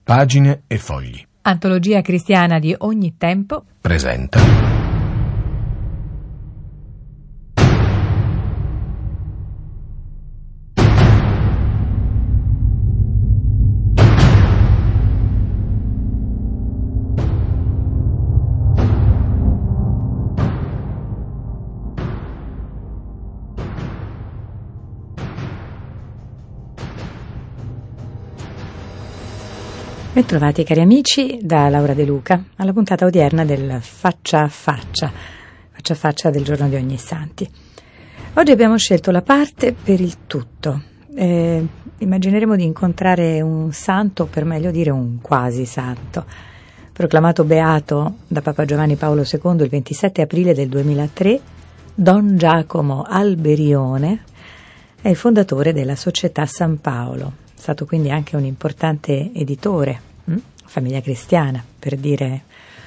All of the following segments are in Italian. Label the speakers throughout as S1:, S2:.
S1: Pagine e fogli.
S2: Antologia cristiana di ogni tempo.
S1: Presenta.
S2: Bentrovati cari amici da Laura De Luca alla puntata odierna del Faccia a Faccia del giorno di Ogni Santi. Oggi abbiamo scelto la parte per il tutto. Immagineremo di incontrare un santo, per meglio dire un quasi santo, proclamato beato da Papa Giovanni Paolo II il 27 aprile del 2003. Don Giacomo Alberione è il fondatore della Società San Paolo. È stato quindi anche un importante editore, Famiglia Cristiana, per dire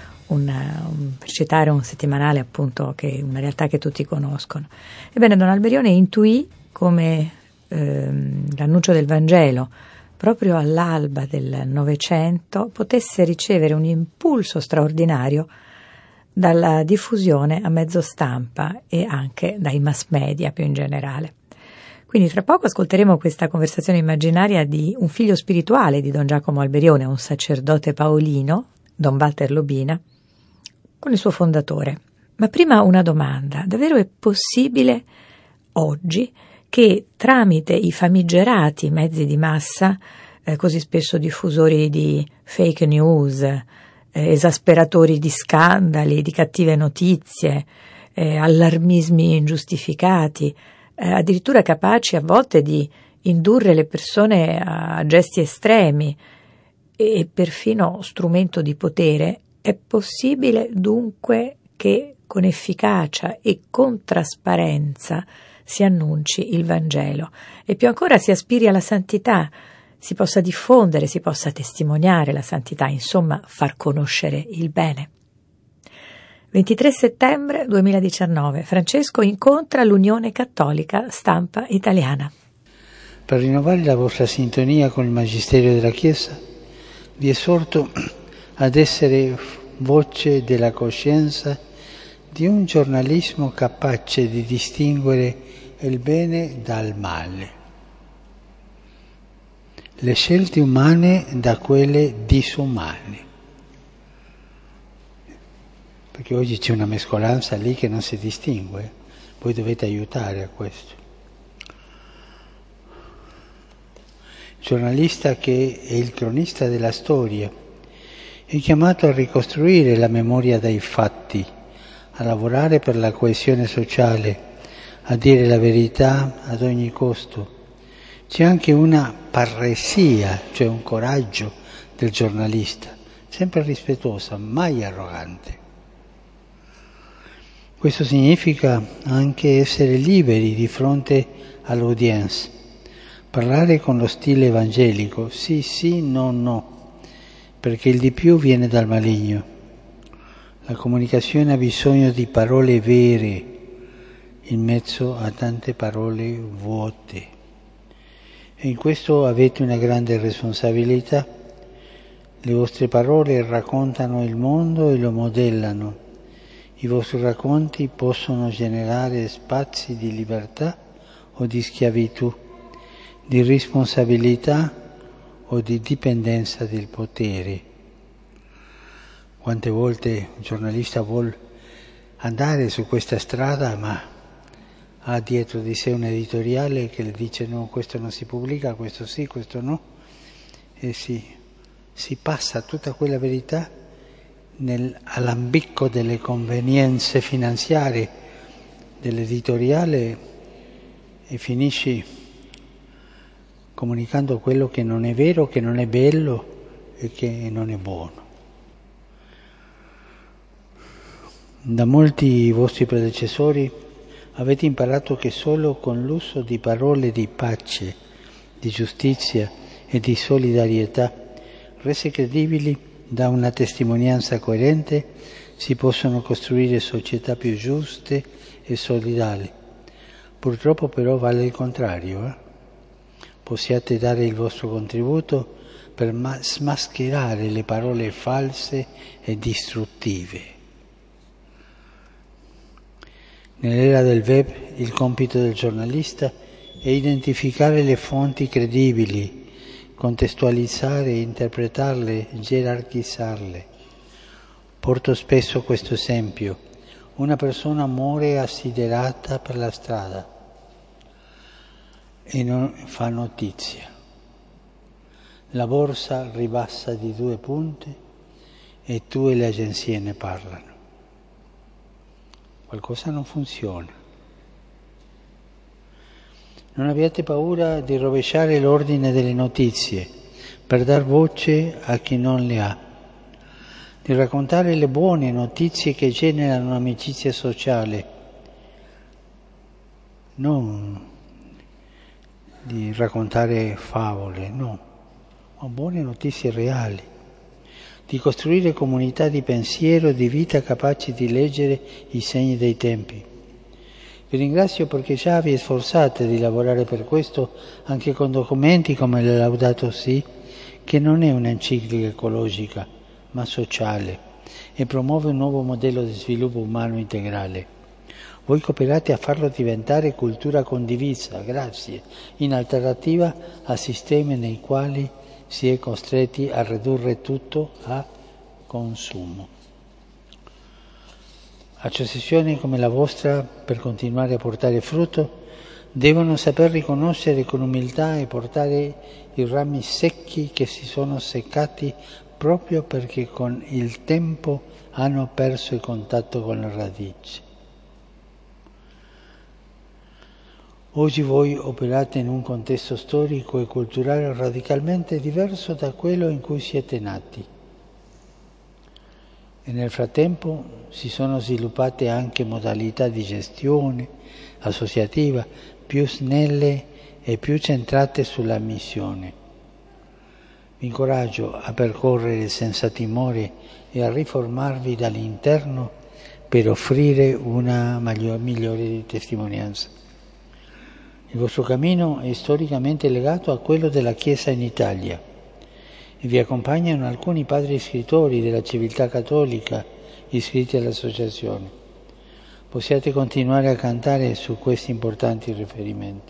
S2: per citare un settimanale appunto, che una realtà che tutti conoscono. Ebbene, Don Alberione intuì come l'annuncio del Vangelo proprio all'alba del Novecento potesse ricevere un impulso straordinario dalla diffusione a mezzo stampa e anche dai mass media più in generale. Quindi tra poco ascolteremo questa conversazione immaginaria di un figlio spirituale di Don Giacomo Alberione, un sacerdote paolino, Don Walter Lobina, con il suo fondatore. Ma prima una domanda: davvero è possibile oggi che tramite i famigerati mezzi di massa, così spesso diffusori di fake news, esasperatori di scandali, di cattive notizie, allarmismi ingiustificati, addirittura capaci a volte di indurre le persone a gesti estremi e perfino strumento di potere, è possibile dunque che con efficacia e con trasparenza si annunci il Vangelo e più ancora si aspiri alla santità, si possa diffondere, si possa testimoniare la santità, insomma far conoscere il bene. 23 settembre 2019, Francesco incontra l'Unione Cattolica Stampa Italiana.
S3: Per rinnovare la vostra sintonia con il Magisterio della Chiesa, vi esorto ad essere voce della coscienza di un giornalismo capace di distinguere il bene dal male, le scelte umane da quelle disumane. Perché oggi c'è una mescolanza lì che non si distingue, voi dovete aiutare a questo. Il giornalista, che è il cronista della storia, è chiamato a ricostruire la memoria dai fatti, a lavorare per la coesione sociale, a dire la verità ad ogni costo. C'è anche una parresia, cioè un coraggio del giornalista, sempre rispettosa, mai arrogante. Questo significa anche essere liberi di fronte all'audience, parlare con lo stile evangelico, sì, sì, no, no, perché il di più viene dal maligno. La comunicazione ha bisogno di parole vere in mezzo a tante parole vuote. E in questo avete una grande responsabilità. Le vostre parole raccontano il mondo e lo modellano. I vostri racconti possono generare spazi di libertà o di schiavitù, di responsabilità o di dipendenza del potere. Quante volte un giornalista vuole andare su questa strada, ma ha dietro di sé un editoriale che le dice no, questo non si pubblica, questo sì, questo no, e si passa tutta quella verità all'ambicco delle convenienze finanziarie dell'editoriale e finisci comunicando quello che non è vero, che non è bello e che non è buono. Da molti vostri predecessori avete imparato che solo con l'uso di parole di pace, di giustizia e di solidarietà, rese credibili da una testimonianza coerente, si possono costruire società più giuste e solidali. Purtroppo però vale il contrario. Possiate dare il vostro contributo, per smascherare le parole false e distruttive. Nell'era del web il compito del giornalista è identificare le fonti credibili, contestualizzare, interpretarle, gerarchizzarle. Porto spesso questo esempio. Una persona muore assiderata per la strada e non fa notizia. La borsa ribassa di 2 punti e tu e le agenzie ne parlano. Qualcosa non funziona. Non abbiate paura di rovesciare l'ordine delle notizie per dar voce a chi non le ha, di raccontare le buone notizie che generano un'amicizia sociale, non di raccontare favole, no, ma buone notizie reali, di costruire comunità di pensiero e di vita capaci di leggere i segni dei tempi. Vi ringrazio perché già vi sforzate di lavorare per questo anche con documenti come la Laudato Si, che non è un'enciclica ecologica, ma sociale, e promuove un nuovo modello di sviluppo umano integrale. Voi cooperate a farlo diventare cultura condivisa, grazie, in alternativa a sistemi nei quali si è costretti a ridurre tutto a consumo. Associazioni come la vostra, per continuare a portare frutto, devono saper riconoscere con umiltà e portare i rami secchi che si sono seccati proprio perché con il tempo hanno perso il contatto con le radici. Oggi voi operate in un contesto storico e culturale radicalmente diverso da quello in cui siete nati. E nel frattempo si sono sviluppate anche modalità di gestione associativa più snelle e più centrate sulla missione. Vi incoraggio a percorrere senza timore e a riformarvi dall'interno per offrire una migliore testimonianza. Il vostro cammino è storicamente legato a quello della Chiesa in Italia e vi accompagnano alcuni padri scrittori della civiltà cattolica iscritti all'associazione. Possiate continuare a cantare su questi importanti riferimenti.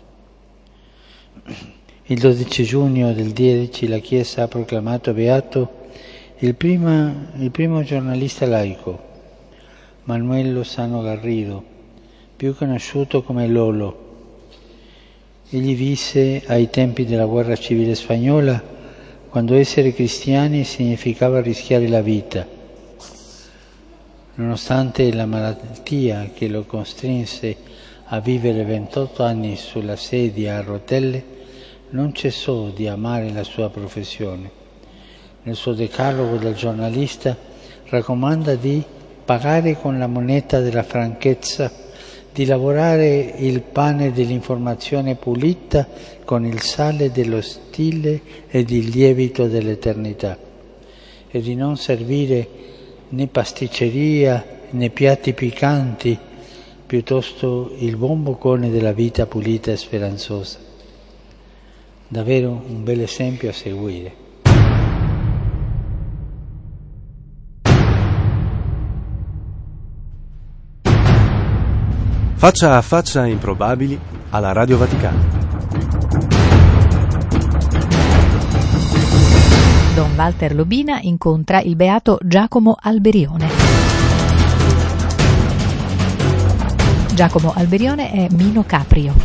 S3: Il 12 giugno del 10 la Chiesa ha proclamato beato il primo giornalista laico, Manuel Lozano Garrido, più conosciuto come Lolo. Egli visse ai tempi della guerra civile spagnola, quando essere cristiani significava rischiare la vita. Nonostante la malattia che lo costrinse a vivere 28 anni sulla sedia a rotelle, non cessò di amare la sua professione. Nel suo decalogo del giornalista raccomanda di pagare con la moneta della franchezza, di lavorare il pane dell'informazione pulita con il sale dello stile ed il lievito dell'eternità, e di non servire né pasticceria né piatti piccanti, piuttosto il buon boccone della vita pulita e speranzosa. Davvero un bel esempio a seguire.
S4: Faccia a faccia improbabili alla Radio Vaticana.
S5: Don Walter Lobina incontra il beato Giacomo Alberione. Giacomo Alberione è Mino Caprio.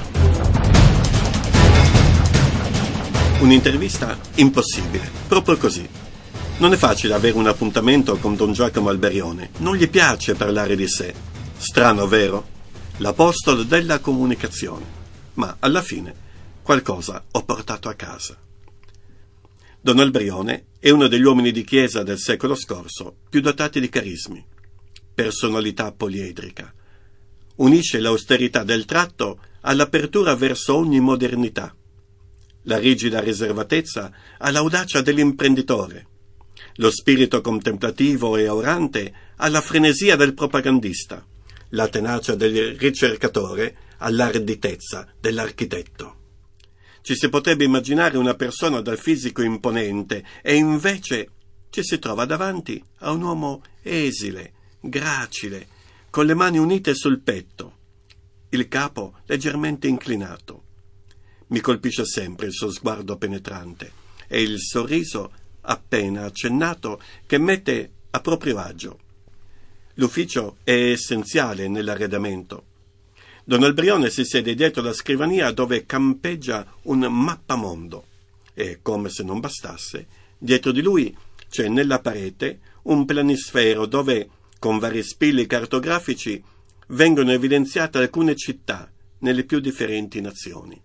S6: Un'intervista impossibile, proprio così. Non è facile avere un appuntamento con Don Giacomo Alberione. Non gli piace parlare di sé. Strano, vero? L'apostolo della comunicazione. Ma alla fine qualcosa ho portato a casa. Don Alberione è uno degli uomini di chiesa del secolo scorso più dotati di carismi. Personalità poliedrica. Unisce l'austerità del tratto all'apertura verso ogni modernità. La rigida riservatezza all'audacia dell'imprenditore. Lo spirito contemplativo e orante alla frenesia del propagandista. La tenacia del ricercatore all'arditezza dell'architetto. Ci si potrebbe immaginare una persona dal fisico imponente e invece ci si trova davanti a un uomo esile, gracile, con le mani unite sul petto, il capo leggermente inclinato. Mi colpisce sempre il suo sguardo penetrante e il sorriso appena accennato che mette a proprio agio. L'ufficio è essenziale nell'arredamento. Don Albrione si siede dietro la scrivania dove campeggia un mappamondo e, come se non bastasse, dietro di lui c'è nella parete un planisfero dove, con vari spilli cartografici, vengono evidenziate alcune città nelle più differenti nazioni.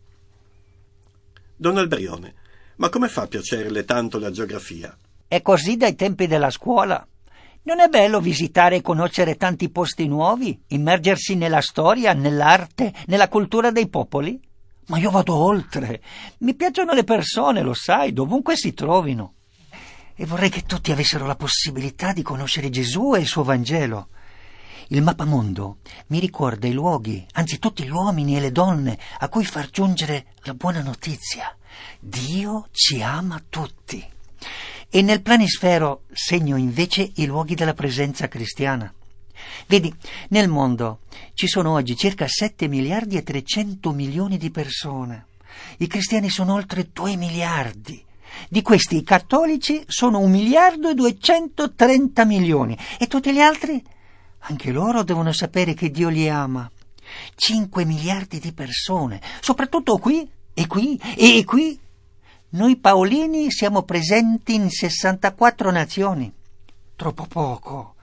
S6: Don Albrione, ma come fa a piacerle tanto la geografia?
S7: È così dai tempi della scuola. Non è bello visitare e conoscere tanti posti nuovi, immergersi nella storia, nell'arte, nella cultura dei popoli? Ma io vado oltre. Mi piacciono le persone, lo sai, dovunque si trovino. E vorrei che tutti avessero la possibilità di conoscere Gesù e il suo Vangelo. Il mappamondo mi ricorda i luoghi, anzi tutti gli uomini e le donne a cui far giungere la buona notizia. Dio ci ama tutti. E nel planisfero segno invece i luoghi della presenza cristiana. Vedi, nel mondo ci sono oggi circa 7 miliardi e 300 milioni di persone. I cristiani sono oltre 2 miliardi. Di questi i cattolici sono 1 miliardo e 230 milioni. E tutti gli altri? Anche loro devono sapere che Dio li ama. 5 miliardi di persone, soprattutto qui e qui e qui. Noi paolini siamo presenti in 64 nazioni. Troppo poco.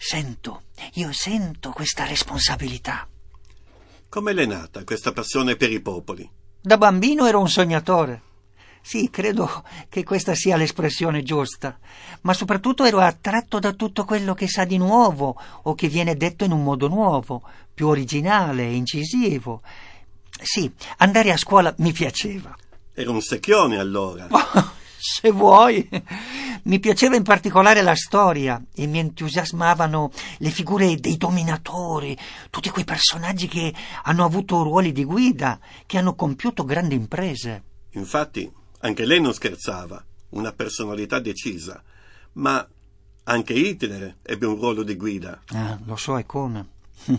S7: Io sento questa responsabilità.
S6: Come l'è nata questa passione per i popoli?
S7: Da bambino ero un sognatore. Sì, credo che questa sia l'espressione giusta, ma soprattutto ero attratto da tutto quello che sa di nuovo o che viene detto in un modo nuovo, più originale e incisivo. Sì, andare a scuola mi piaceva.
S6: Era un secchione allora.
S7: Oh, se vuoi. Mi piaceva in particolare la storia e mi entusiasmavano le figure dei dominatori, tutti quei personaggi che hanno avuto ruoli di guida, che hanno compiuto grandi imprese.
S6: Infatti, anche lei non scherzava, una personalità decisa, ma anche Hitler ebbe un ruolo di guida.
S7: Lo so, e come.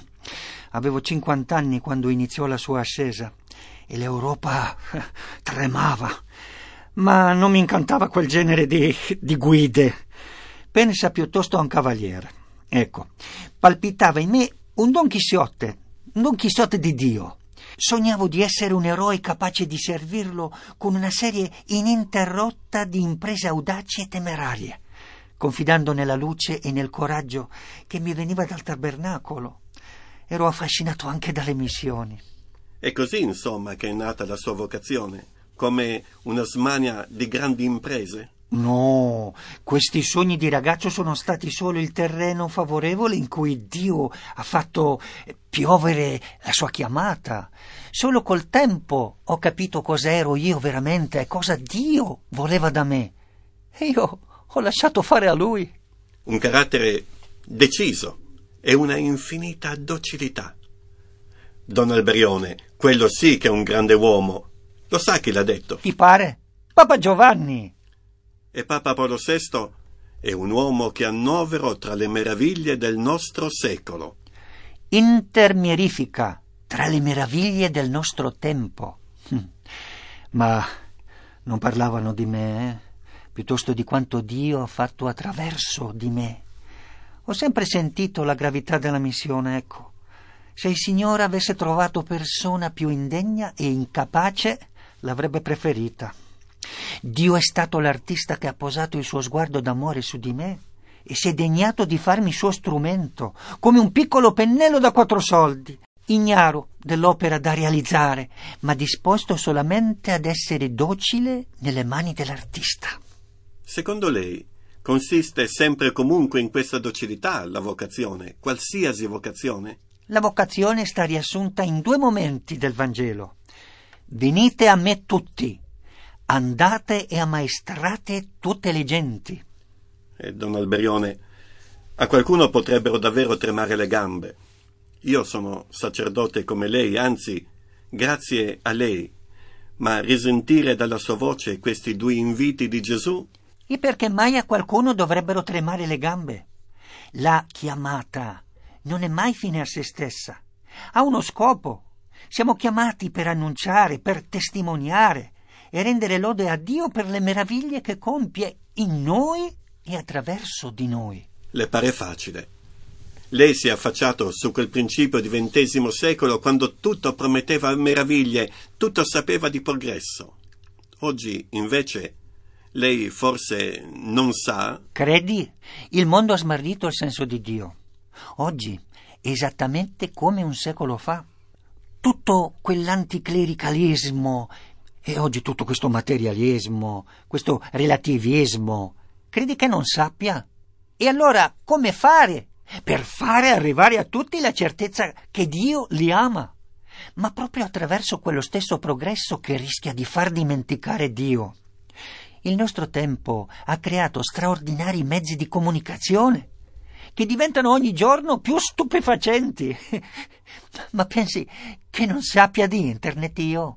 S7: Avevo 50 anni quando iniziò la sua ascesa e l'Europa tremava, ma non mi incantava quel genere di guide. Pensa piuttosto a un cavaliere. Ecco, palpitava in me un Don Chisciotte di Dio. Sognavo di essere un eroe capace di servirlo con una serie ininterrotta di imprese audaci e temerarie, confidando nella luce e nel coraggio che mi veniva dal tabernacolo. Ero affascinato anche dalle missioni.
S6: È così, insomma, che è nata la sua vocazione, come una smania di grandi imprese?
S7: No, questi sogni di ragazzo sono stati solo il terreno favorevole in cui Dio ha fatto piovere la sua chiamata. Solo col tempo ho capito cosa ero io veramente e cosa Dio voleva da me. E io ho lasciato fare a Lui.
S6: Un carattere deciso e una infinita docilità. Don Albrione, quello sì che è un grande uomo. Lo sa chi l'ha detto?
S7: Ti pare? Papa Giovanni.
S6: E Papa Paolo VI è un uomo che annovero tra le meraviglie del nostro secolo.
S7: Intermierifica tra le meraviglie del nostro tempo. Ma non parlavano di me, piuttosto di quanto Dio ha fatto attraverso di me. Ho sempre sentito la gravità della missione, ecco. Se il Signore avesse trovato persona più indegna e incapace, l'avrebbe preferita. Dio è stato l'artista che ha posato il suo sguardo d'amore su di me e si è degnato di farmi suo strumento, come un piccolo pennello da 4 soldi, ignaro dell'opera da realizzare, ma disposto solamente ad essere docile nelle mani dell'artista.
S6: Secondo lei consiste sempre e comunque in questa docilità la vocazione, qualsiasi vocazione?
S7: La vocazione sta riassunta in 2 momenti del Vangelo. Venite a me tutti, andate e ammaestrate tutte le genti.
S6: E Don Albrione, a qualcuno potrebbero davvero tremare le gambe. Io sono sacerdote come lei, anzi, grazie a lei, Ma risentire dalla sua voce questi 2 inviti di Gesù?
S7: E perché mai a qualcuno dovrebbero tremare le gambe? La chiamata non è mai fine a se stessa, ha uno scopo. Siamo chiamati per annunciare, per testimoniare e rendere lode a Dio per le meraviglie che compie in noi e attraverso di noi.
S6: Le pare facile. Lei si è affacciato su quel principio di XX secolo quando tutto prometteva meraviglie, tutto sapeva di progresso. Oggi, invece, lei forse non sa...
S7: Credi? Il mondo ha smarrito il senso di Dio. Oggi, esattamente come un secolo fa. Tutto quell'anticlericalismo e oggi tutto questo materialismo, questo relativismo, credi che non sappia? E allora come fare per fare arrivare a tutti la certezza che Dio li ama? Ma proprio attraverso quello stesso progresso che rischia di far dimenticare Dio. Il nostro tempo ha creato straordinari mezzi di comunicazione che diventano ogni giorno più stupefacenti. Ma pensi che non sappia di internet io?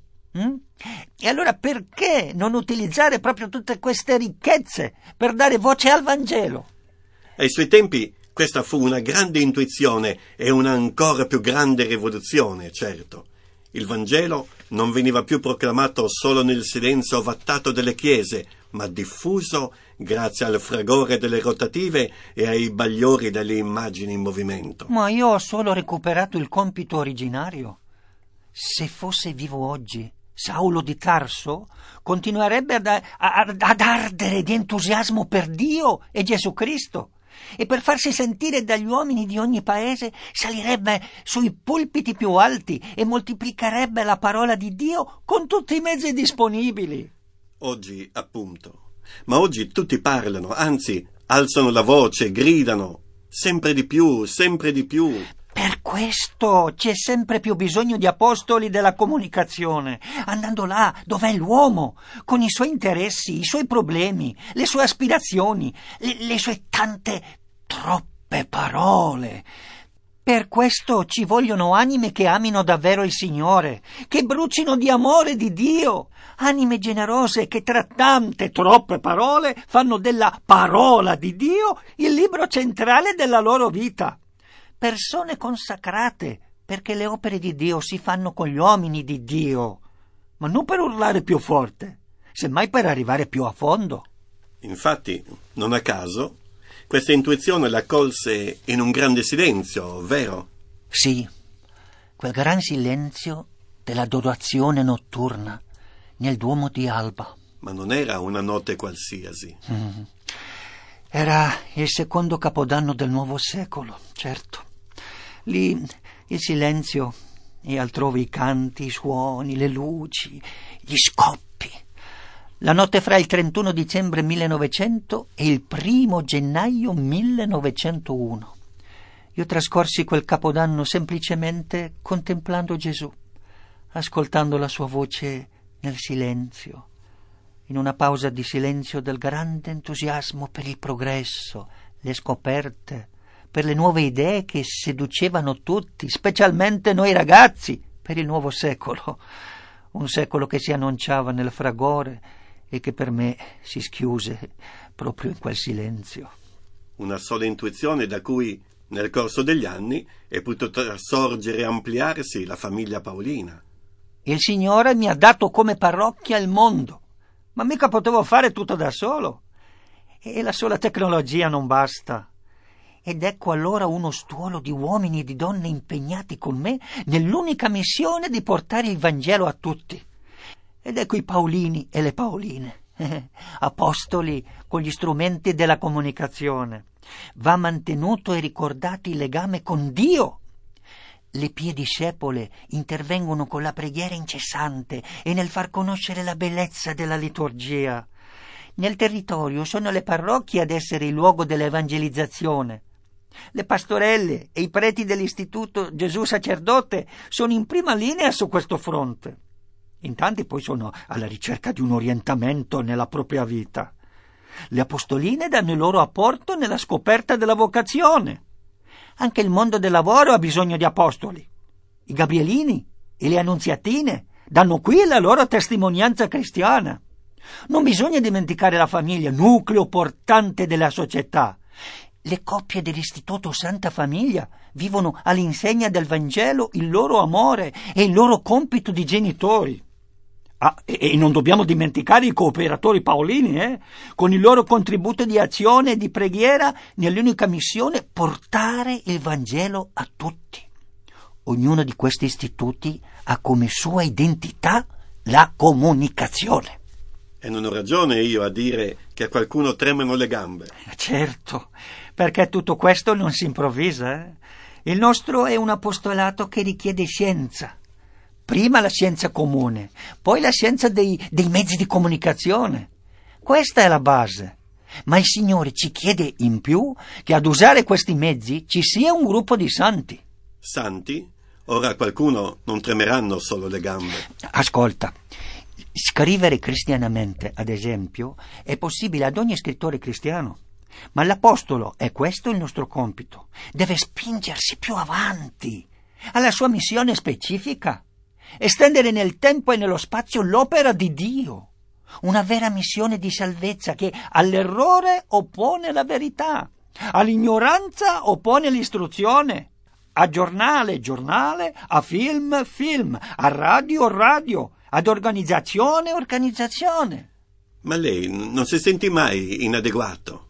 S7: E allora perché non utilizzare proprio tutte queste ricchezze per dare voce al Vangelo?
S6: Ai suoi tempi questa fu una grande intuizione e una ancora più grande rivoluzione, certo. Il Vangelo non veniva più proclamato solo nel silenzio ovattato delle chiese, ma diffuso grazie al fragore delle rotative e ai bagliori delle immagini in movimento.
S7: Ma io ho solo recuperato il compito originario. Se fosse vivo oggi, Saulo di Tarso continuerebbe ad ardere di entusiasmo per Dio e Gesù Cristo, e per farsi sentire dagli uomini di ogni paese salirebbe sui pulpiti più alti e moltiplicherebbe la parola di Dio con tutti i mezzi disponibili.
S6: Oggi, appunto. Ma oggi tutti parlano, anzi, alzano la voce, gridano, sempre di più, sempre di più.
S7: Per questo c'è sempre più bisogno di apostoli della comunicazione, andando là dov'è l'uomo, con i suoi interessi, i suoi problemi, le sue aspirazioni, le sue tante, troppe parole. Per questo ci vogliono anime che amino davvero il Signore, che brucino di amore di Dio, anime generose che tra tante, troppe parole fanno della parola di Dio il libro centrale della loro vita. Persone consacrate, perché le opere di Dio si fanno con gli uomini di Dio, ma non per urlare più forte, semmai per arrivare più a fondo.
S6: Infatti, non a caso, questa intuizione la colse in un grande silenzio, vero?
S7: Sì, quel gran silenzio della donazione notturna nel Duomo di Alba.
S6: Ma non era una notte qualsiasi.
S7: Era il secondo capodanno del nuovo secolo, certo. Lì il silenzio e altrove i canti, i suoni, le luci, gli scoppi. La notte fra il 31 dicembre 1900 e il 1 gennaio 1901. Io trascorsi quel capodanno semplicemente contemplando Gesù, ascoltando la sua voce nel silenzio, in una pausa di silenzio del grande entusiasmo per il progresso, le scoperte, per le nuove idee che seducevano tutti, specialmente noi ragazzi, per il nuovo secolo, un secolo che si annunciava nel fragore e che per me si schiuse proprio in quel silenzio.
S6: Una sola intuizione da cui, nel corso degli anni, è potuta sorgere e ampliarsi la famiglia Paolina.
S7: Il Signore mi ha dato come parrocchia il mondo, ma mica potevo fare tutto da solo. E la sola tecnologia non basta. Ed ecco allora uno stuolo di uomini e di donne impegnati con me nell'unica missione di portare il Vangelo a tutti. Ed ecco i Paolini e le Paoline, apostoli con gli strumenti della comunicazione. Va mantenuto e ricordato il legame con Dio. Le pie discepole intervengono con la preghiera incessante e nel far conoscere la bellezza della liturgia. Nel territorio sono le parrocchie ad essere il luogo dell'evangelizzazione. Le pastorelle e i preti dell'istituto Gesù Sacerdote sono in prima linea su questo fronte. In tanti poi sono alla ricerca di un orientamento nella propria vita. Le apostoline danno il loro apporto nella scoperta della vocazione. Anche il mondo del lavoro ha bisogno di apostoli. I gabrielini e le annunziatine danno qui la loro testimonianza cristiana. Non bisogna dimenticare la famiglia, nucleo portante della società. Le coppie dell'Istituto Santa Famiglia vivono all'insegna del Vangelo il loro amore e il loro compito di genitori. E non dobbiamo dimenticare i cooperatori paolini, con il loro contributo di azione e di preghiera nell'unica missione portare il Vangelo a tutti. Ognuno di questi istituti ha come sua identità la comunicazione.
S6: E non ho ragione io a dire che a qualcuno tremano le gambe.
S7: Certo, perché tutto questo non si improvvisa. Il nostro è un apostolato che richiede scienza. Prima la scienza comune, poi la scienza dei mezzi di comunicazione. Questa è la base. Ma il Signore ci chiede in più che ad usare questi mezzi ci sia un gruppo di santi.
S6: Santi? Ora a qualcuno non tremeranno solo le gambe.
S7: Ascolta, scrivere cristianamente, ad esempio, è possibile ad ogni scrittore cristiano. Ma l'apostolo, è questo il nostro compito, deve spingersi più avanti, alla sua missione specifica, estendere nel tempo e nello spazio l'opera di Dio, una vera missione di salvezza che all'errore oppone la verità, all'ignoranza oppone l'istruzione, a giornale, a film, a radio, ad organizzazione.
S6: Ma lei non si sente mai inadeguato?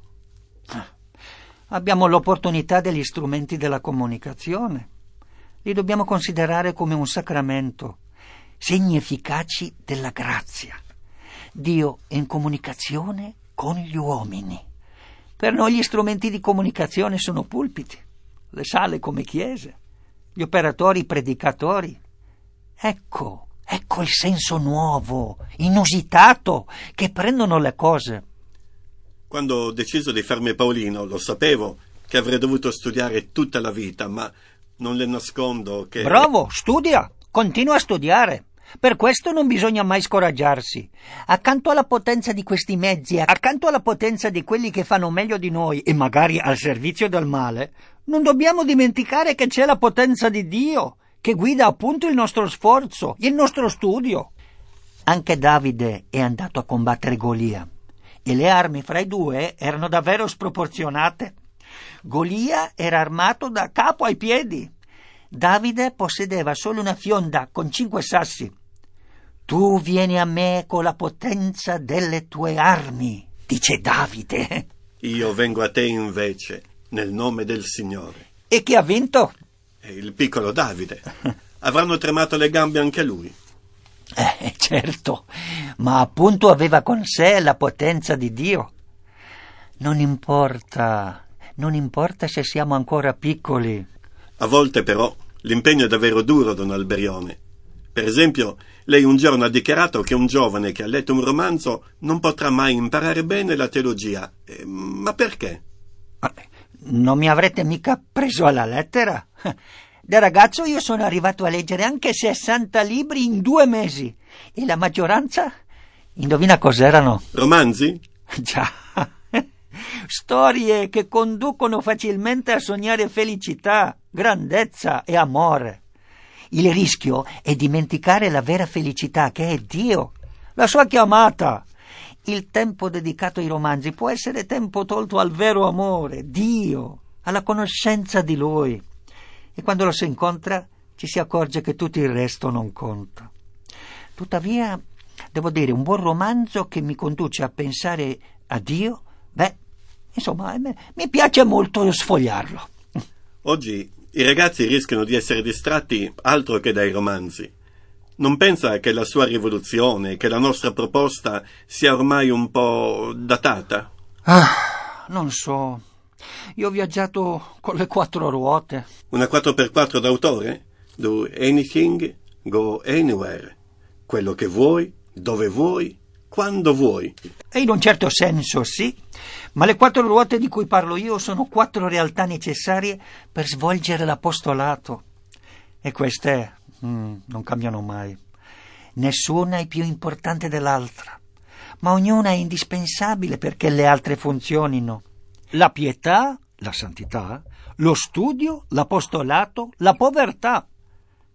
S7: Abbiamo l'opportunità degli strumenti della comunicazione. Li dobbiamo considerare come un sacramento, segni efficaci della grazia. Dio è in comunicazione con gli uomini. Per noi gli strumenti di comunicazione sono pulpiti, le sale come chiese, gli operatori predicatori. Ecco il senso nuovo, inusitato, che prendono le cose.
S6: Quando ho deciso di farmi Paolino, lo sapevo che avrei dovuto studiare tutta la vita, ma non le nascondo che...
S7: Bravo, studia, continua a studiare. Per questo non bisogna mai scoraggiarsi. Accanto alla potenza di questi mezzi, accanto alla potenza di quelli che fanno meglio di noi e magari al servizio del male, non dobbiamo dimenticare che c'è la potenza di Dio, che guida appunto il nostro sforzo, il nostro studio. Anche Davide è andato a combattere Golia e le armi fra i due erano davvero sproporzionate. Golia era armato da capo ai piedi. Davide possedeva solo una fionda con 5 sassi. Tu vieni a me con la potenza delle tue armi, dice Davide.
S6: Io vengo a te invece, nel nome del Signore.
S7: E chi ha vinto?
S6: Il piccolo Davide. Avranno tremato le gambe anche a lui.
S7: Certo, ma appunto aveva con sé la potenza di Dio. Non importa se siamo ancora piccoli.
S6: A volte però l'impegno è davvero duro, don Alberione. Per esempio, lei un giorno ha dichiarato che un giovane che ha letto un romanzo non potrà mai imparare bene la teologia. Ma perché?
S7: Non mi avrete mica preso alla lettera? Da ragazzo io sono arrivato a leggere anche 60 libri in 2 mesi. E la maggioranza, indovina cos'erano?
S6: Romanzi?
S7: Già. Storie che conducono facilmente a sognare felicità, grandezza e amore. Il rischio è dimenticare la vera felicità che è Dio, la sua chiamata. Il tempo dedicato ai romanzi può essere tempo tolto al vero amore, Dio, alla conoscenza di Lui. E quando lo si incontra ci si accorge che tutto il resto non conta. Tuttavia, devo dire, un buon romanzo che mi conduce a pensare a Dio, insomma, mi piace molto sfogliarlo.
S6: Oggi i ragazzi rischiano di essere distratti altro che dai romanzi. Non pensa che la sua rivoluzione, che la nostra proposta sia ormai un po' datata?
S7: Non so. Io ho viaggiato con le 4 ruote.
S6: Una 4x4 d'autore? Do anything, go anywhere. Quello che vuoi, dove vuoi, quando vuoi.
S7: E in un certo senso sì, ma le 4 ruote di cui parlo io sono 4 realtà necessarie per svolgere l'apostolato. E queste non cambiano mai. Nessuna è più importante dell'altra, ma ognuna è indispensabile perché le altre funzionino. La pietà, la santità, lo studio, l'apostolato, la povertà.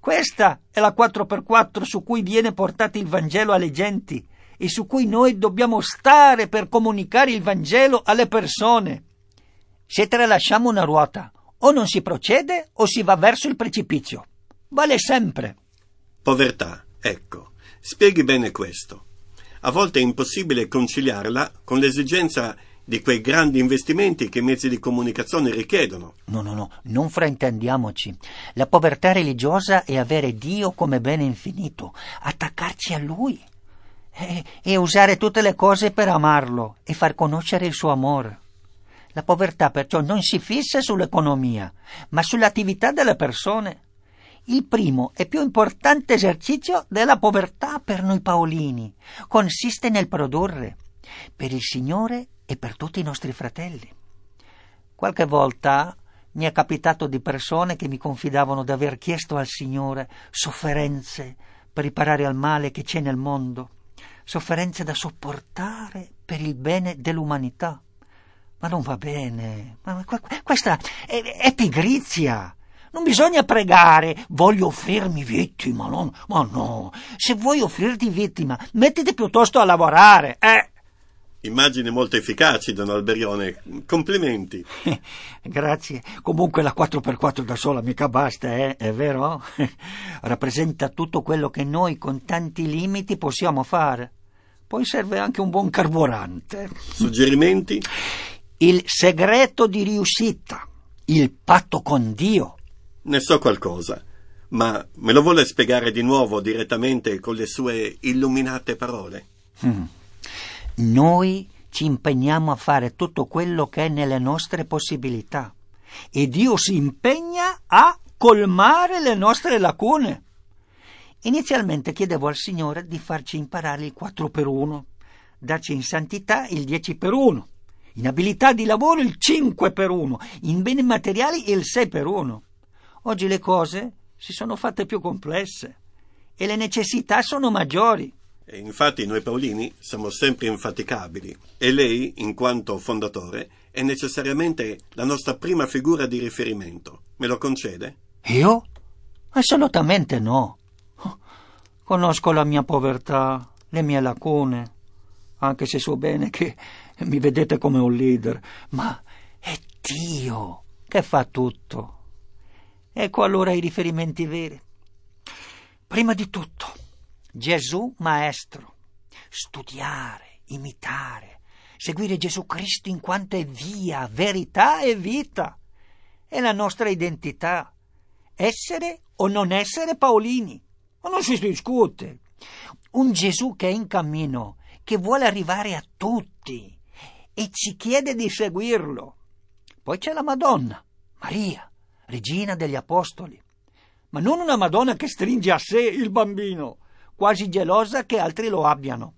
S7: Questa è la 4x4 su cui viene portato il Vangelo alle genti e su cui noi dobbiamo stare per comunicare il Vangelo alle persone. Se tralasciamo una ruota, o non si procede o si va verso il precipizio. Vale sempre.
S6: Povertà, ecco. Spieghi bene questo. A volte è impossibile conciliarla con l'esigenza di quei grandi investimenti che i mezzi di comunicazione richiedono.
S7: No, non fraintendiamoci. La povertà religiosa è avere Dio come bene infinito, attaccarci a Lui e usare tutte le cose per amarlo e far conoscere il suo amore. La povertà perciò non si fissa sull'economia, ma sull'attività delle persone. Il primo e più importante esercizio della povertà per noi paolini consiste nel produrre per il Signore e per tutti i nostri fratelli. Qualche volta mi è capitato di persone che mi confidavano di aver chiesto al Signore sofferenze per riparare al male che c'è nel mondo, sofferenze da sopportare per il bene dell'umanità. Ma non va bene, questa è pigrizia. Non bisogna pregare, voglio offrirmi vittima, no? Ma no, se vuoi offrirti vittima, mettiti piuttosto a lavorare,
S6: Immagini molto efficaci, Don Alberione. Complimenti.
S7: Grazie. Comunque la 4x4 da sola mica basta, è vero? Rappresenta tutto quello che noi con tanti limiti possiamo fare. Poi serve anche un buon carburante.
S6: Suggerimenti?
S7: Il segreto di riuscita, il patto con Dio.
S6: Ne so qualcosa, ma me lo vuole spiegare di nuovo direttamente con le sue illuminate parole?
S7: Noi ci impegniamo a fare tutto quello che è nelle nostre possibilità e Dio si impegna a colmare le nostre lacune. Inizialmente chiedevo al Signore di farci imparare il 4x1, darci in santità il 10x1, in abilità di lavoro il 5x1, in beni materiali il 6x1. Oggi le cose si sono fatte più complesse e le necessità sono maggiori.
S6: E infatti noi paolini siamo sempre infaticabili e lei, in quanto fondatore, è necessariamente la nostra prima figura di riferimento. Me lo concede?
S7: Io? Assolutamente no. Conosco la mia povertà, le mie lacune, anche se so bene che mi vedete come un leader, ma è Dio che fa tutto. Ecco allora i riferimenti veri. Prima di tutto, Gesù Maestro. Studiare, imitare, seguire Gesù Cristo in quanto è via, verità e vita. È la nostra identità. Essere o non essere paolini. Ma non si discute. Un Gesù che è in cammino, che vuole arrivare a tutti e ci chiede di seguirlo. Poi c'è la Madonna, Maria, regina degli apostoli, ma non una Madonna che stringe a sé il bambino, quasi gelosa che altri lo abbiano.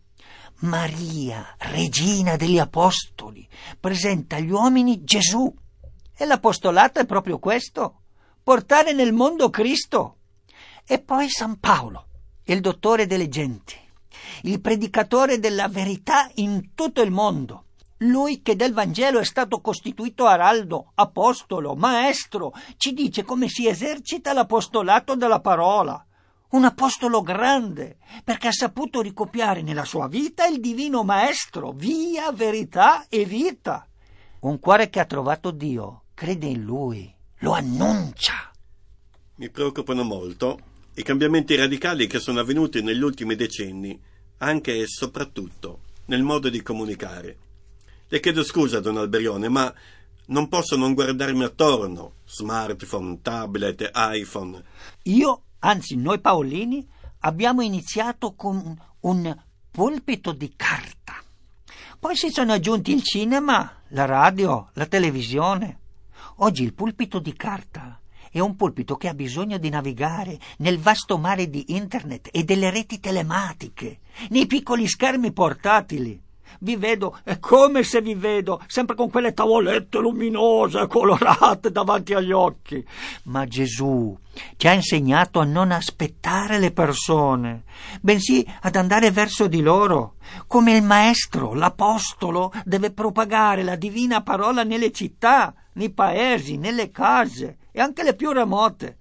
S7: Maria, regina degli apostoli, presenta agli uomini Gesù. E l'apostolato è proprio questo, portare nel mondo Cristo. E poi San Paolo, il dottore delle genti, il predicatore della verità in tutto il mondo. Lui che del Vangelo è stato costituito araldo, apostolo, maestro, ci dice come si esercita l'apostolato della parola. Un apostolo grande, perché ha saputo ricopiare nella sua vita il divino maestro, via, verità e vita. Un cuore che ha trovato Dio, crede in Lui, lo annuncia.
S6: Mi preoccupano molto i cambiamenti radicali che sono avvenuti negli ultimi decenni, anche e soprattutto nel modo di comunicare. Le chiedo scusa, Don Alberione, ma non posso non guardarmi attorno. Smartphone, tablet, iPhone.
S7: Anzi, noi paolini abbiamo iniziato con un pulpito di carta. Poi si sono aggiunti il cinema, la radio, la televisione. Oggi il pulpito di carta è un pulpito che ha bisogno di navigare nel vasto mare di internet e delle reti telematiche, nei piccoli schermi portatili. Vi vedo, è come se vi vedo, sempre con quelle tavolette luminose, colorate davanti agli occhi. Ma Gesù ci ha insegnato a non aspettare le persone, bensì ad andare verso di loro. Come il maestro, l'apostolo, deve propagare la divina parola nelle città, nei paesi, nelle case e anche le più remote.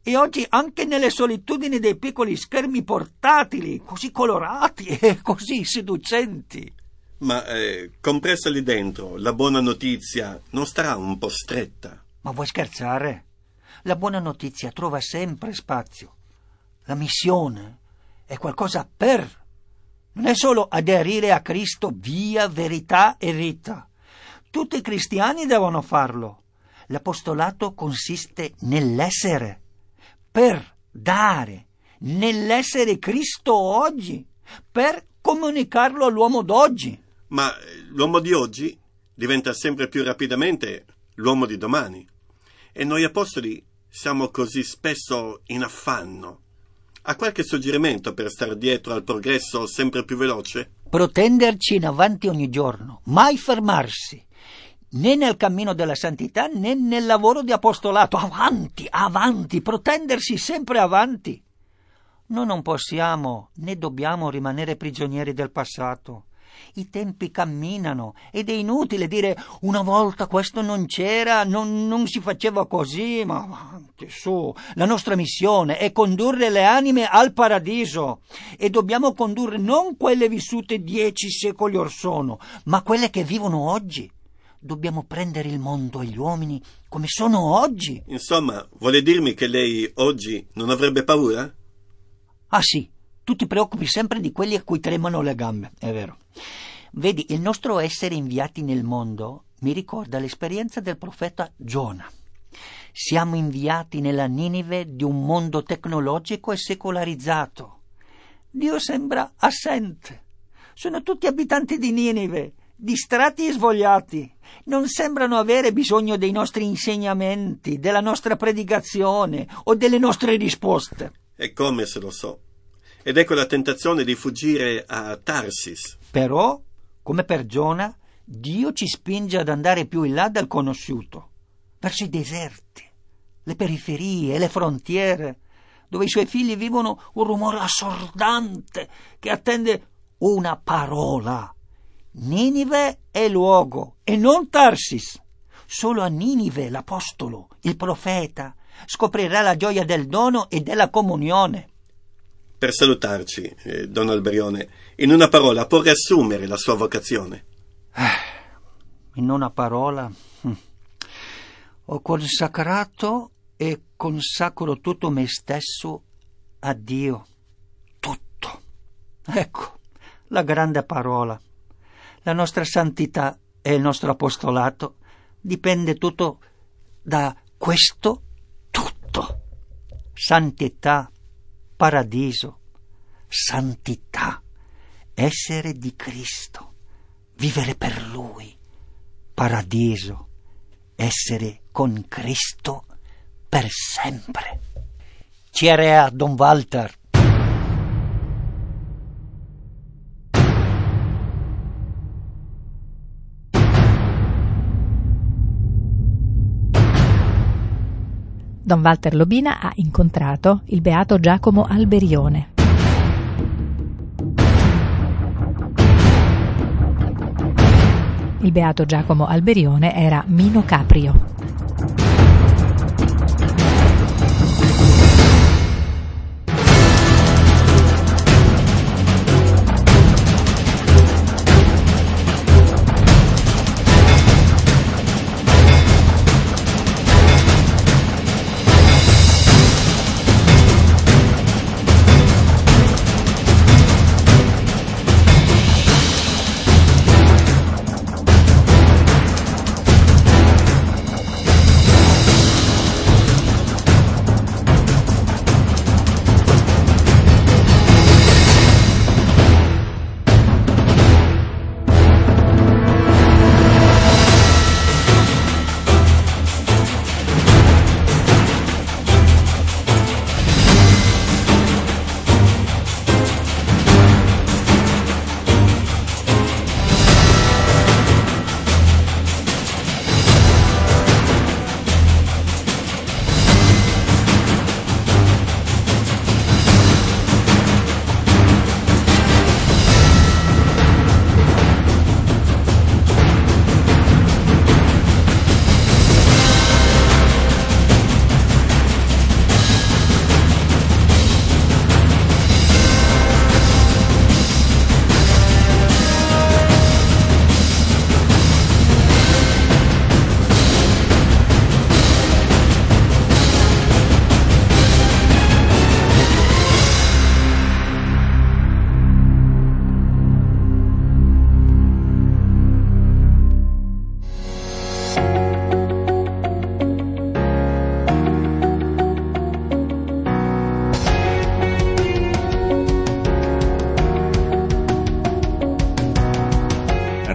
S7: E oggi anche nelle solitudini dei piccoli schermi portatili, così colorati e così seducenti.
S6: Ma compressa lì dentro, la buona notizia non starà un po' stretta?
S7: Ma vuoi scherzare? La buona notizia trova sempre spazio. La missione è qualcosa per. Non è solo aderire a Cristo, via, verità e vita. Tutti i cristiani devono farlo. L'apostolato consiste nell'essere, per dare, nell'essere Cristo oggi, per comunicarlo all'uomo d'oggi.
S6: Ma l'uomo di oggi diventa sempre più rapidamente l'uomo di domani. E noi apostoli siamo così spesso in affanno. Ha qualche suggerimento per stare dietro al progresso sempre più veloce?
S7: Protenderci in avanti ogni giorno, mai fermarsi, né nel cammino della santità né nel lavoro di apostolato. Avanti, avanti, protendersi sempre avanti. Noi non possiamo né dobbiamo rimanere prigionieri del passato. I tempi camminano ed è inutile dire una volta questo non c'era, non si faceva così, ma avanti, su. La nostra missione è condurre le anime al paradiso e dobbiamo condurre non quelle vissute 10 secoli or sono, ma quelle che vivono oggi. Dobbiamo prendere il mondo e gli uomini come sono oggi.
S6: Insomma, vuole dirmi che lei oggi non avrebbe paura?
S7: Ah sì, tu ti preoccupi sempre di quelli a cui tremano le gambe, è vero. Vedi, il nostro essere inviati nel mondo mi ricorda l'esperienza del profeta Giona. Siamo inviati nella Ninive di un mondo tecnologico e secolarizzato. Dio sembra assente. Sono tutti abitanti di Ninive, distratti e svogliati. Non sembrano avere bisogno dei nostri insegnamenti, della nostra predicazione o delle nostre risposte.
S6: E come se lo so. Ed ecco la tentazione di fuggire a Tarsis.
S7: Però, come per Giona, Dio ci spinge ad andare più in là del conosciuto, verso i deserti, le periferie, le frontiere, dove i suoi figli vivono un rumore assordante che attende una parola. Ninive è luogo e non Tarsis. Solo a Ninive l'apostolo, il profeta, scoprirà la gioia del dono e della comunione.
S6: Per salutarci, Don Alberione, in una parola può riassumere la sua vocazione?
S7: In una parola, ho consacrato e consacro tutto me stesso a Dio. Tutto. Ecco, la grande parola. La nostra santità e il nostro apostolato dipende tutto da questo tutto. Santità, paradiso, santità, essere di Cristo, vivere per Lui, paradiso, essere con Cristo per sempre. Cheerea, Don Walter.
S5: Don Walter Lobina ha incontrato il beato Giacomo Alberione. Il beato Giacomo Alberione era Mino Caprio.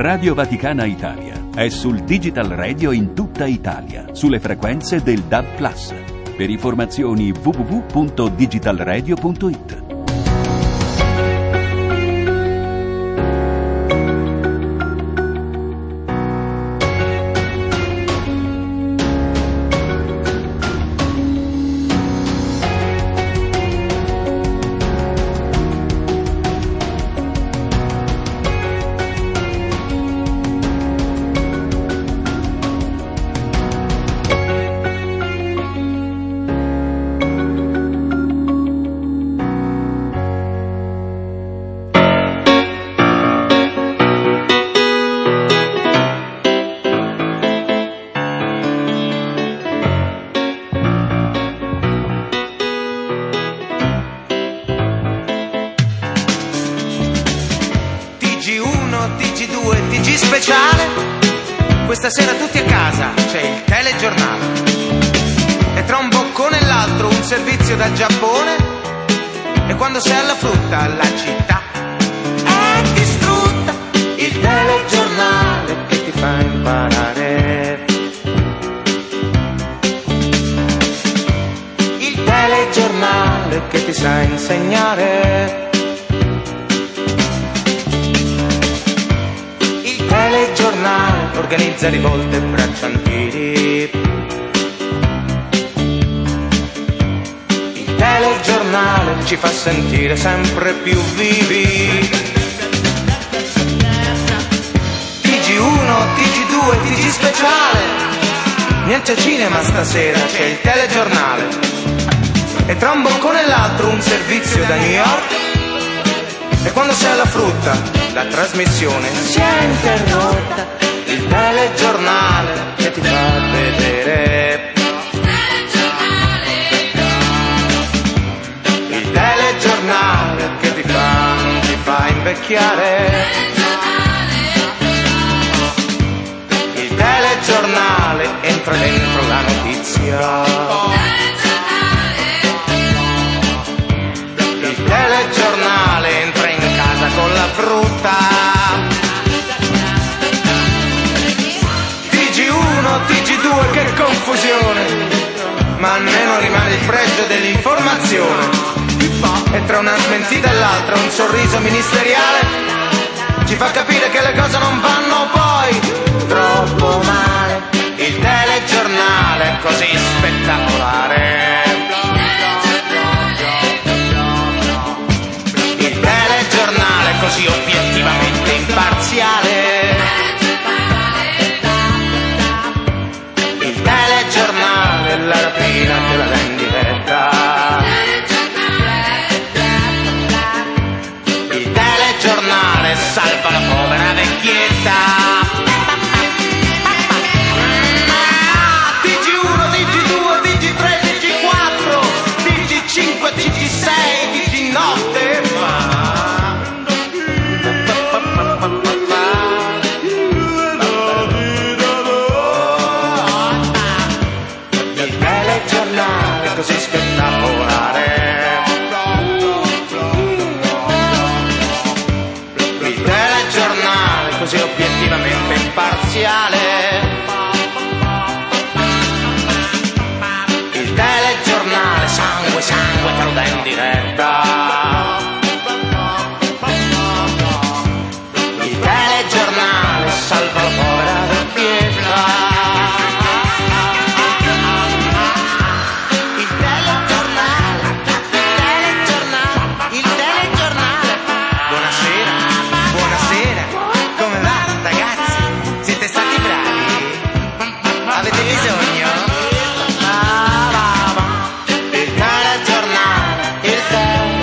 S8: Radio Vaticana Italia è sul Digital Radio in tutta Italia, sulle frequenze del DAB+. Per informazioni www.digitalradio.it.
S9: Stasera tutti a casa, c'è il telegiornale e tra un boccone e l'altro un servizio dal Giappone, e quando sei alla frutta la città è distrutta. Il telegiornale che ti fa imparare, il telegiornale che ti sa insegnare, il telegiornale organizza rivolte e bracciantini. Il telegiornale ci fa sentire sempre più vivi. TG1, TG2, TG speciale. Niente cinema stasera, c'è il telegiornale. E tra un boccone e l'altro un servizio da New York. E quando sei alla frutta, la trasmissione si è interrotta. Il telegiornale che ti fa vedere, il telegiornale che ti fa invecchiare, il telegiornale entra dentro la notizia, il telegiornale entra in casa con la frutta. TG2, che confusione, ma almeno rimane il pregio dell'informazione. E tra una smentita e l'altra un sorriso ministeriale ci fa capire che le cose non vanno poi troppo male. Il telegiornale è così spettacolare, il telegiornale è così obiettivamente imparziale. La rapina te la dà in diretta, il telegiornale salva la povera vecchietta. TG1, TG2, TG3, TG4, TG5, TG6, TG notte. Così spettacolare, il telegiornale così obiettivamente imparziale, il telegiornale sangue, sangue te lo dà in diretta, il telegiornale salva la povera vecchietta. Il telegiornale, il telegiornale.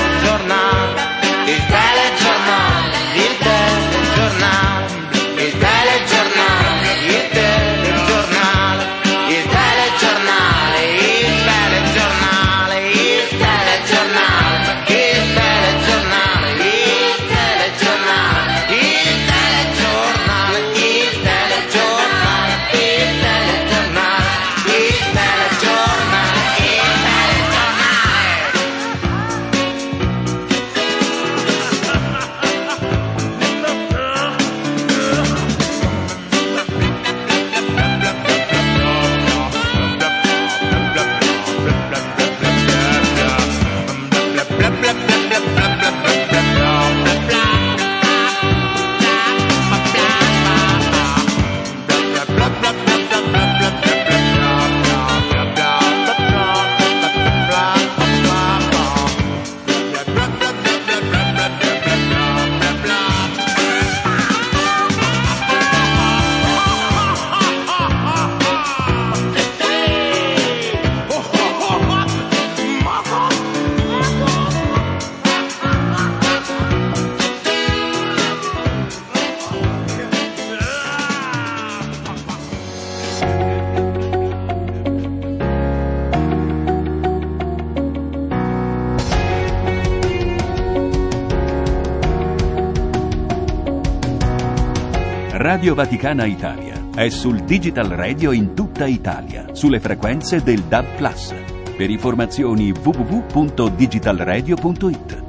S8: Radio Vaticana Italia è sul Digital Radio in tutta Italia, sulle frequenze del DAB+. Per informazioni www.digitalradio.it.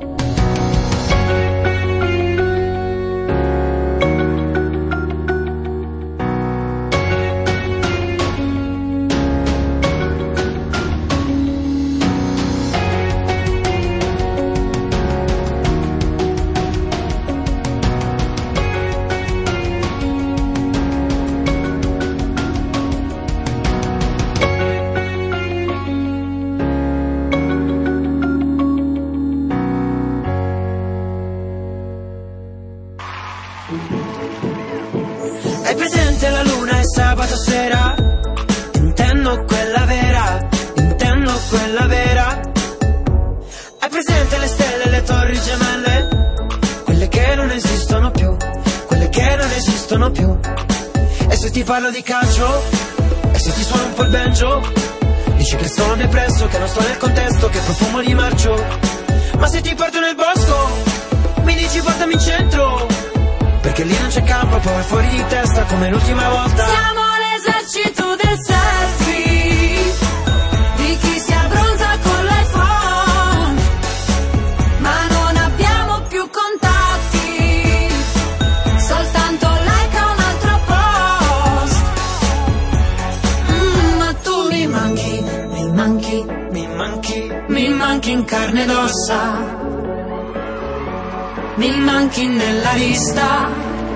S10: Hai presente la luna e sabato sera? Intendo quella vera, intendo quella vera. Hai presente le stelle e le torri gemelle? Quelle che non esistono più, quelle che non esistono più. E se ti parlo di calcio? E se ti suono un po' il banjo? Dici che sono depresso, che non sto nel contesto, che profumo di marcio. Ma se ti porto nel bosco, mi dici portami in centro, perché lì non c'è campo, poi vai fuori di testa come l'ultima volta.
S11: Siamo l'esercito del selfie, di chi si abbronza con l'iPhone, ma non abbiamo più contatti, soltanto like a un altro post. Ma tu mi manchi, mi manchi, mi manchi, mi manchi in carne ed ossa. Mi manchi nella lista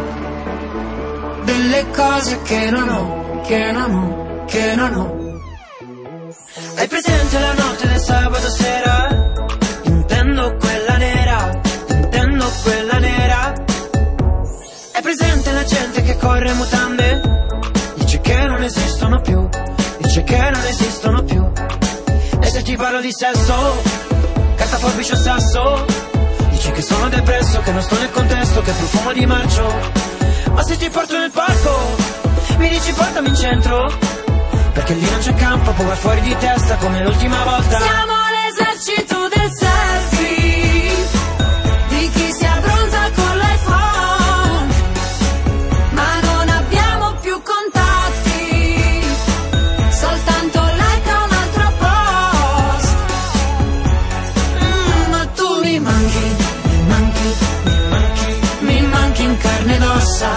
S11: delle cose che non ho, che non ho, che non ho.
S10: Hai presente la notte del sabato sera? Intendo quella nera, intendo quella nera. Hai presente la gente che corre in mutande? Dice che non esistono più, dice che non esistono più. E se ti parlo di sesso, carta, forbice o sasso, dici che sono depresso, che non sto nel contesto, che profumo di marcio. Ma se ti porto nel parco, mi dici portami in centro, perché lì non c'è campo, poi vai fuori di testa come l'ultima volta.
S11: Siamo l'esercito del selfie, di chi si abbronza con l'iPhone, ma non abbiamo più contatti, soltanto like a un altro post. Ma tu mi manchi, mi manchi in carne ed ossa,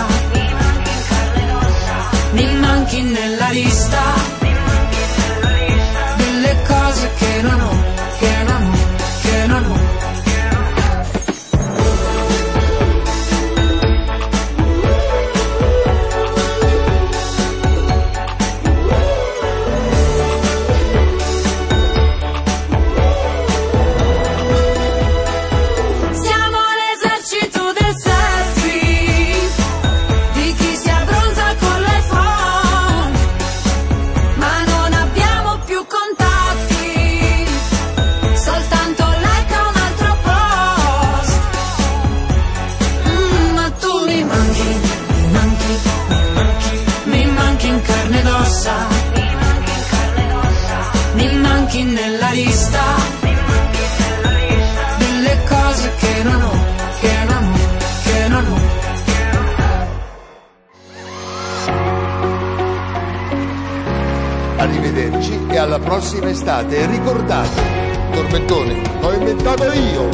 S11: mi manchi nella lista delle cose che non ho, che non ho, che non ho. Mi manchi nella lista delle cose che non ho, che non ho, che non ho.
S12: Arrivederci e alla prossima estate. E ricordate, tormentone, l'ho inventato io.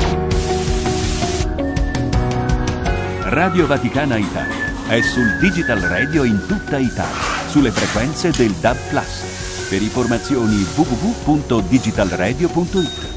S8: Radio Vaticana Italia è sul Digital Radio in tutta Italia, sulle frequenze del DAB+. Per informazioni www.digitalradio.it.